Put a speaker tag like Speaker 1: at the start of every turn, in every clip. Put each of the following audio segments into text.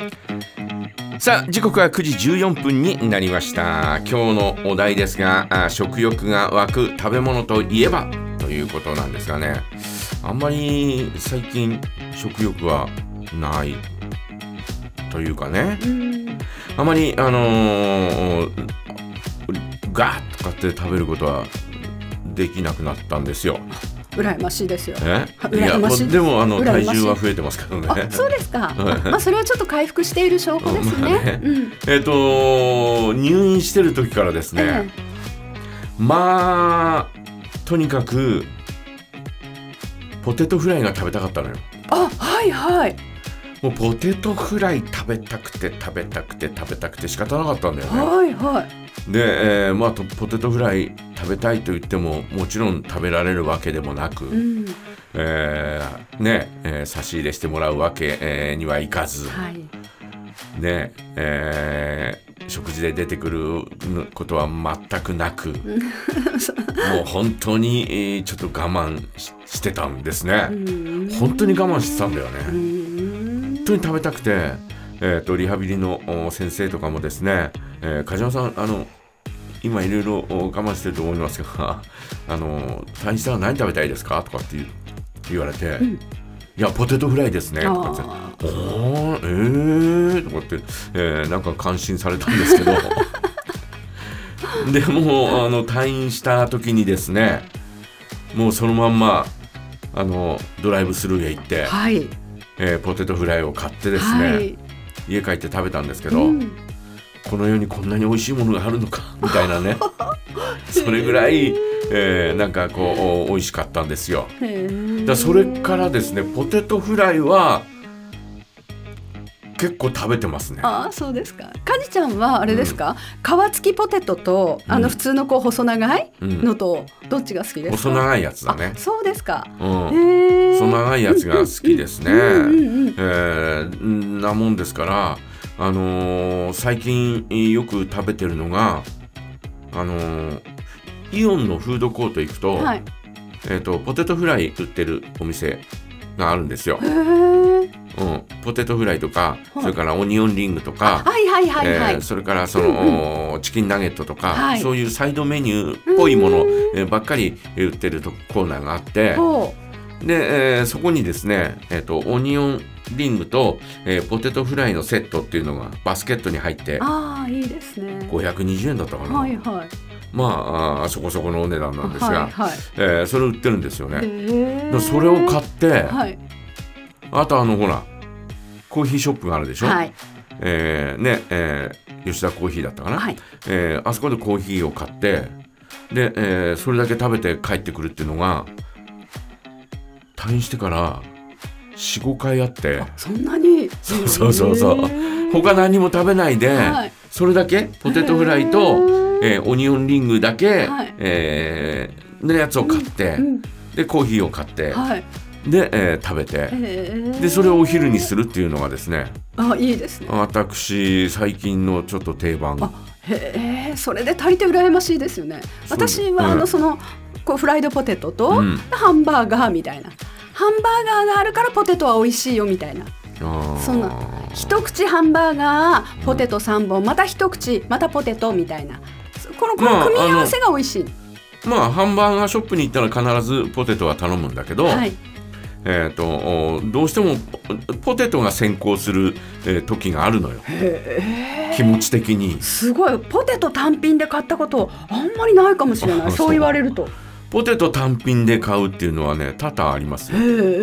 Speaker 1: さあ時刻は9時14分になりました。今日のお題ですが、食欲が湧く食べ物といえばということなんですがね、あんまり最近食欲はないというかね、あまりガーッと買って食べることはできなくなったんですよ。
Speaker 2: 羨ましいですよ。
Speaker 1: 羨ましい。でも体重は増えてますけどね。
Speaker 2: あ、そうですか。それはちょっと回復している証拠ですね。
Speaker 1: 入院してる時からですね、とにかくポテトフライが食べたかったのよ。
Speaker 2: はいはい。
Speaker 1: もうポテトフライ食べたくて仕方なかったんだよね。
Speaker 2: はいはい。
Speaker 1: で、ポテトフライ食べたいと言ってももちろん食べられるわけでもなく、差し入れしてもらうわけ、にはいかず、食事で出てくることは全くなくもう本当に、ちょっと我慢 してたんですね。本当に我慢してたんだよね。本当に食べたくて、リハビリの先生とかもですね、梶山さん今いろいろ我慢してると思いますが退院したら何食べたいですかとかって言われて、いやポテトフライですねとかってとかって、なんか感心されたんですけどでも退院した時にですね、もうそのまんまドライブスルーへ行って、ポテトフライを買ってですね、家帰って食べたんですけど、この世にこんなに美味しいものがあるのかみたいなねそれぐらい、なんかこう美味しかったんですよ。だそれからですね、ポテトフライは結構食べてますね。
Speaker 2: そうですか。かじちゃんはあれですか、皮付きポテトと普通の細長いのとどっちが好きですか？
Speaker 1: 細長いやつだね。
Speaker 2: そうですか。
Speaker 1: 細長いやつが好きですね。なもんですから最近よく食べてるのがイオンのフードコート行くと、ポテトフライ売ってるお店があるんですよ。ポテトフライとか、それからオニオンリングとか、それからそのチキンナゲットとか、そういうサイドメニューっぽいもの、ばっかり売ってるコーナーがあって、で、そこにですね、オニオンリングと、ポテトフライのセットっていうのがバスケットに入って
Speaker 2: いいですね。
Speaker 1: 520円だったかな。そこそこのお値段なんですが、それ売ってるんですよね。それを買って、あとほらコーヒーショップがあるでしょ。吉田コーヒーだったかな。あそこでコーヒーを買ってで、それだけ食べて帰ってくるっていうのが退院してから4、5回あって。
Speaker 2: そんなに？
Speaker 1: そう他何も食べないで、それだけポテトフライと、オニオンリングだけ、のやつを買って、でコーヒーを買って、で、食べて、でそれをお昼にするっていうのがですね、
Speaker 2: いいですね。
Speaker 1: 私最近のちょっと定番。
Speaker 2: それで足りて羨ましいですよね。私はそのフライドポテトと、ハンバーガーみたいな、ハンバーガーがあるからポテトは美味しいよみたいな、そんな一口ハンバーガーポテト3本、また一口またポテトみたいな、この組み合わせが美味しい。
Speaker 1: ハンバーガーショップに行ったら必ずポテトは頼むんだけど、どうしてもポテトが先行する、時があるのよ。気持ち的に。す
Speaker 2: ごい。ポテト単品で買ったことあんまりないかもしれない。そう言われると。
Speaker 1: ポテト単品で買うっていうのはね、多々ありますよ。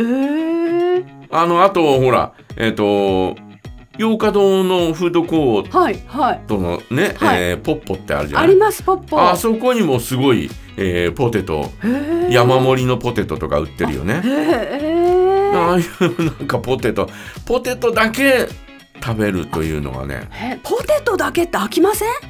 Speaker 1: あとほら洋華堂のフードコートのね、ポッポってあるじゃない。
Speaker 2: あります。ポッポ。
Speaker 1: あそこにもすごい、ポテト、山盛りのポテトとか売ってるよね。ああいうなんかポテトだけ食べるというのはね。
Speaker 2: ポテトだけって飽きません？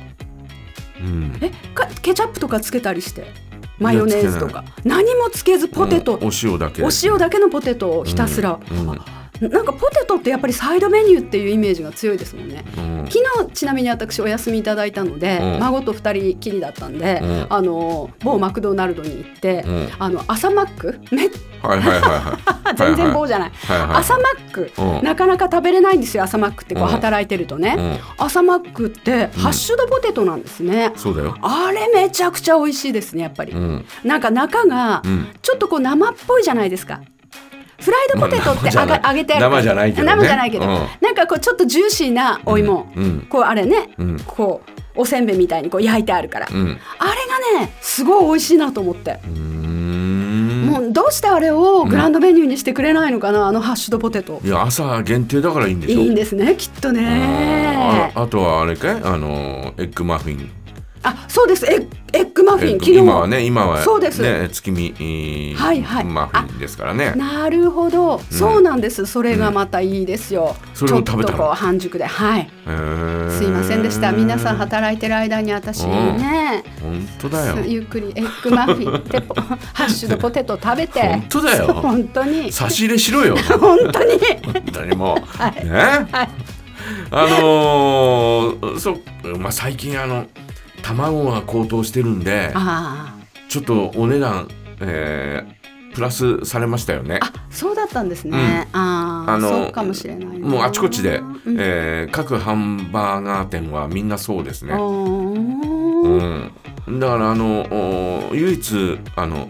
Speaker 2: ケチャップとかつけたりして、マヨネーズとか何もつけずポテト、
Speaker 1: お塩だけ
Speaker 2: のポテトをひたすら、 なんかポテトってやっぱりサイドメニューっていうイメージが強いですもんね、昨日ちなみに私お休みいただいたので、孫と2人きりだったんで、某マクドナルドに行って、朝マック全然棒じゃない、朝マック、なかなか食べれないんですよ。朝マックってこう働いてるとね、朝マックってハッシュドポテトなんですね、
Speaker 1: そうだよ。
Speaker 2: あれめちゃくちゃ美味しいですねやっぱり、なんか中がちょっとこう生っぽいじゃないですか。フライドポテトって揚げてある
Speaker 1: 生じゃないけどね、
Speaker 2: 生じゃないけど、なんかこうちょっとジューシーなお芋、こうあれね、こうおせんべいみたいにこう焼いてあるから、あれがねすごい美味しいなと思って、もうどうしてあれをグランドメニューにしてくれないのかな、あのハッシュドポテト。
Speaker 1: いや朝限定だからいいんでしょ。
Speaker 2: いいんですねきっとね。
Speaker 1: あとはあれかい、エッグマフィン。
Speaker 2: そうです、エッグマフィン。昨日
Speaker 1: 今は
Speaker 2: そうです
Speaker 1: ね、月見マフィンですからね。
Speaker 2: なるほど、そうなんです。それがまたいいですよ、
Speaker 1: それを食べたの。
Speaker 2: ちょっとこう半熟で、すいませんでした。皆さん働いてる間に私ね、
Speaker 1: 本当だよ、
Speaker 2: ゆっくりエッグマフィンってハッシュドポテト食べて、
Speaker 1: 本当だよ、
Speaker 2: 本当に
Speaker 1: 差し入れしろよ
Speaker 2: 本当に
Speaker 1: もう、ね、最近卵が高騰してるんで、ちょっとお値段、プラスされましたよね。
Speaker 2: そうだったんですね、そうかもしれない。
Speaker 1: もうあちこちで、各ハンバーガー店はみんなそうですね。だから唯一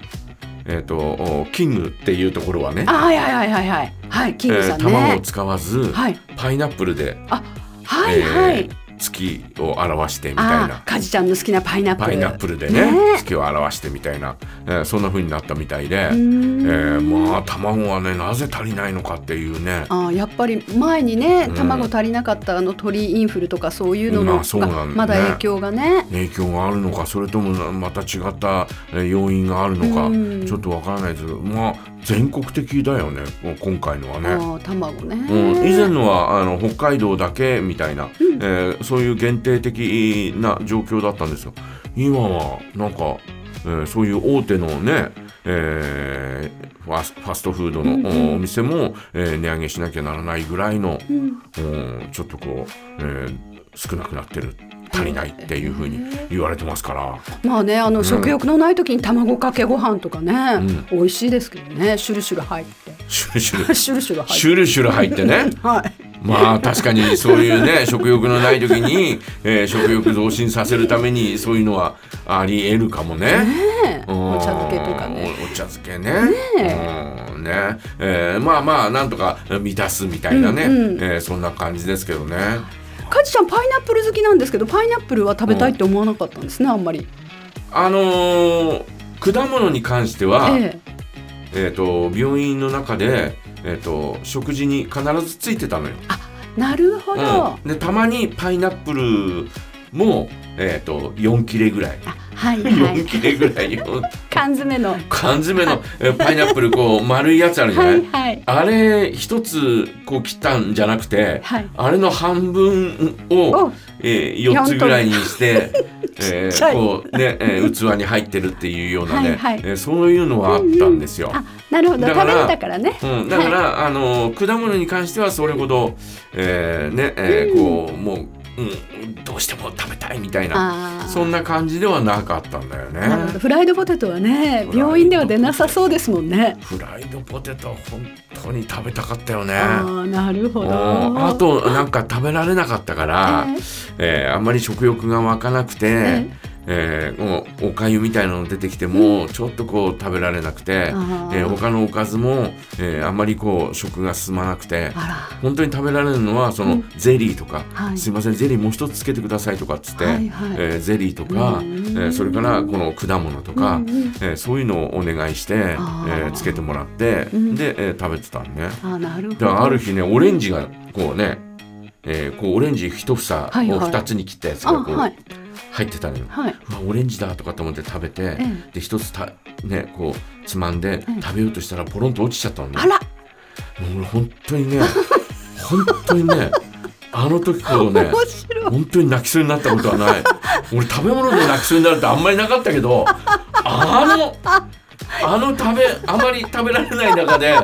Speaker 1: キングっていうところはね、キングさんね、卵を使わず、パイナップルで、月を表してみたいな、
Speaker 2: カジちゃんの好きなパイナップル
Speaker 1: でね、月を表してみたいな、そんな風になったみたいで、卵はねなぜ足りないのかっていうね。
Speaker 2: やっぱり前にね、卵足りなかった鳥インフルとかそういうののまだ影響が
Speaker 1: あるのか、それともまた違った要因があるのか、ちょっとわからないですけど、全国的だよね今回のはね。
Speaker 2: 卵ね、
Speaker 1: 以前のは北海道だけみたいな、そういう限定的な状況だったんですよ。今はなんか、そういう大手のね、ファストフードのお店も、値上げしなきゃならないぐらいの、ちょっとこう、少なくなってる、足りないっていう風に言われてますから。
Speaker 2: 食欲のない時に卵かけご飯とかね、美味しいですけどね、シュルシュル入って
Speaker 1: シュルシュル入ってね確かにそういうね食欲のない時に、食欲増進させるためにそういうのはあり得るかもね。
Speaker 2: お茶漬けとかね、
Speaker 1: お茶漬けね、なんとか満たすみたいなね、そんな感じですけどね。
Speaker 2: カジちゃんパイナップル好きなんですけど、パイナップルは食べたいって思わなかったんですね、あんまり。果
Speaker 1: 物に関しては、病院の中で、食事に必ずついてたのよ。
Speaker 2: なるほど、
Speaker 1: でたまにパイナップルも、4切れぐらい、4切れぐらい
Speaker 2: 缶詰の
Speaker 1: パイナップルこう丸いやつあるじゃない、あれ一つこう切ったんじゃなくて、あれの半分を、4つぐらいにしてこうね、器に入ってるっていうようなね、そういうのはあったんですよ。
Speaker 2: なるほど、食べれたからね。
Speaker 1: だから、果物に関してはそれほど、こうもう、どうしても食べたいみたいな、そんな感じではなかったんだよね。
Speaker 2: フライドポテトはね、病院では出なさそうですもんね。
Speaker 1: フライドポテトは本当に食べたかったよね。
Speaker 2: なるほど。
Speaker 1: あとなんか食べられなかったから、あんまり食欲が湧かなくて、もうおかゆみたいなの出てきても、ちょっとこう食べられなくて、他のおかずも、あんまりこう食が進まなくて、本当に食べられるのはそのゼリーとか、すいませんゼリーもう一つつけてくださいとかっつって、ゼリーとか、それからこの果物とか、そういうのをお願いして、つけてもらって、で、食べてたんね。である日ね、オレンジがこうね、こうオレンジ一房を2つに切ったやつがこう、入ってたのよ。オレンジだとかと思って食べて、で一つねこうつまんで食べようとしたらポロンと落ちちゃったのね。もう俺本当にねあの時ほどね本当に泣きそうになったことはない。俺食べ物で泣きそうになるってあんまりなかったけど、あまり食べられない中で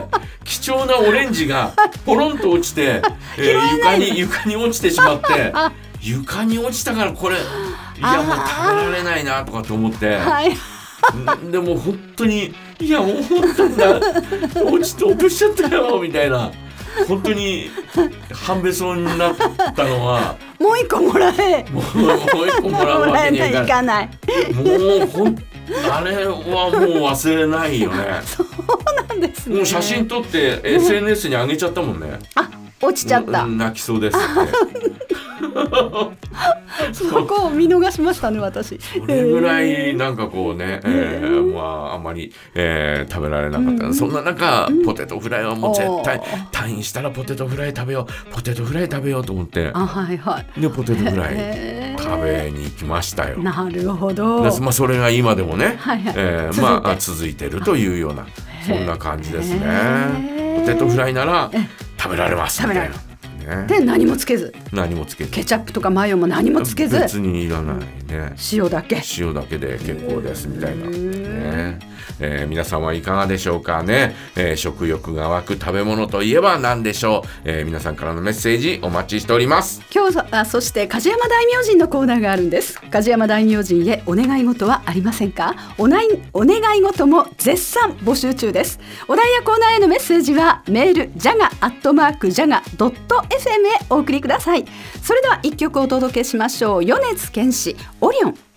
Speaker 1: 貴重なオレンジがポロンと落ちて、床に落ちてしまって床に落ちたからこれいやもう食べられないなとかと思って、でも本当にいやもう本当に落としちゃったよみたいな、本当に半べそになったのは
Speaker 2: もう一個もらえ
Speaker 1: もう一個もらうわけにはいかない。もうあれはもう忘れないよね。
Speaker 2: そうなんですね。
Speaker 1: もう写真撮って SNS に上げちゃったもんね。
Speaker 2: 落ちちゃった。
Speaker 1: 泣きそうですって
Speaker 2: そこを見逃しましたね私。
Speaker 1: それぐらいなんかこうね、あんまり、食べられなかった、そんな中、ポテトフライはもう絶対退院したらポテトフライ食べようと思って、でポテトフライ食べに行きましたよ。
Speaker 2: なるほど。
Speaker 1: それが今でもね、続いてるというようなそんな感じですね。ポテトフライなら食べられますみたいな。
Speaker 2: で何もつけず
Speaker 1: ケ
Speaker 2: チャップとかマヨも何もつけず
Speaker 1: 別にいらないね、
Speaker 2: 塩だけ
Speaker 1: で結構ですみたいな、ね。皆さんはいかがでしょうかね。食欲が湧く食べ物といえば何でしょう。皆さんからのメッセージお待ちしております。
Speaker 2: 今日そして梶山大明神のコーナーがあるんです。梶山大明神へお願い事はありませんか。お願い事も絶賛募集中です。お題やコーナーへのメッセージはメールjaga@jaga.fm へお送りください。それでは一曲お届けしましょう。米津玄師オリオン。